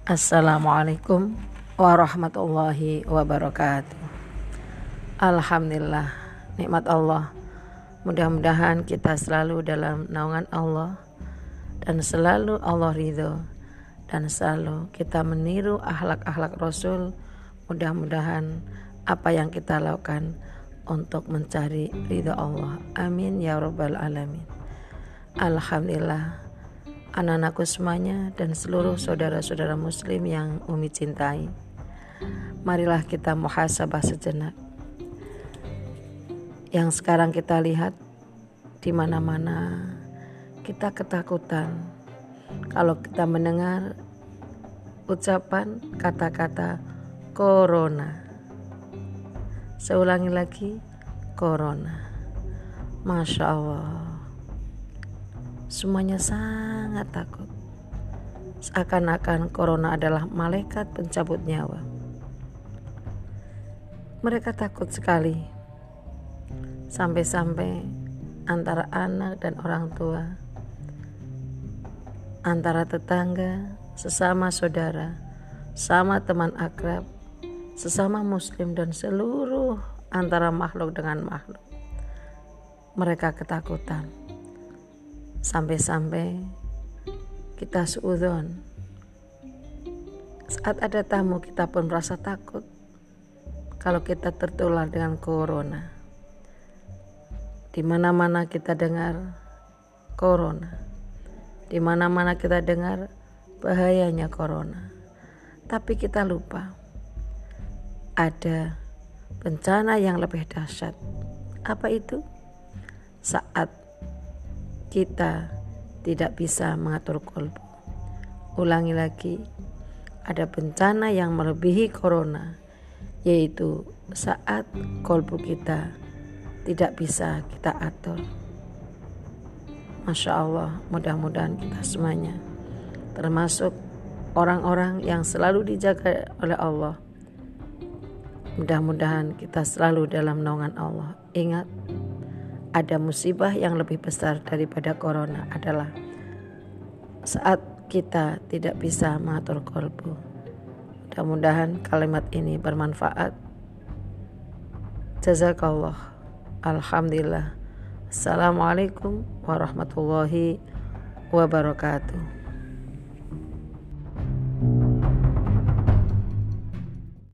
Assalamualaikum warahmatullahi wabarakatuh. Alhamdulillah, nikmat Allah. Mudah-mudahan kita selalu dalam naungan Allah dan selalu Allah ridho dan selalu kita meniru akhlak-akhlak Rasul. Mudah-mudahan apa yang kita lakukan untuk mencari ridho Allah. Amin ya rabbal alamin. Alhamdulillah, anak-anakku semuanya dan seluruh saudara-saudara muslim yang Umi cintai, marilah kita muhasabah sejenak. Yang sekarang kita lihat di mana-mana kita ketakutan kalau kita mendengar ucapan kata-kata corona. Saya ulangi lagi, corona. Masya Allah, semuanya sangat takut. Seakan-akan corona adalah malaikat pencabut nyawa. Mereka takut sekali. Sampai-sampai antara anak dan orang tua, antara tetangga, sesama saudara, sama teman akrab, sesama muslim dan seluruh antara makhluk dengan makhluk, mereka ketakutan. Sampai-sampai kita suudzon, saat ada tamu kita pun merasa takut kalau kita tertular dengan corona. Di mana-mana kita dengar corona, di mana-mana kita dengar bahayanya corona, tapi kita lupa ada bencana yang lebih dahsyat. Apa itu? Saat kita tidak bisa mengatur kolbu. Ulangi lagi, ada bencana yang melebihi corona, yaitu saat kolbu kita tidak bisa kita atur. Masya Allah, mudah-mudahan kita semuanya termasuk orang-orang yang selalu dijaga oleh Allah. Mudah-mudahan kita selalu dalam naungan Allah. Ingat, ada musibah yang lebih besar daripada corona adalah saat kita tidak bisa mengatur kolbu. Mudah-mudahan kalimat ini bermanfaat. Jazakallah. Alhamdulillah. Assalamualaikum warahmatullahi wabarakatuh.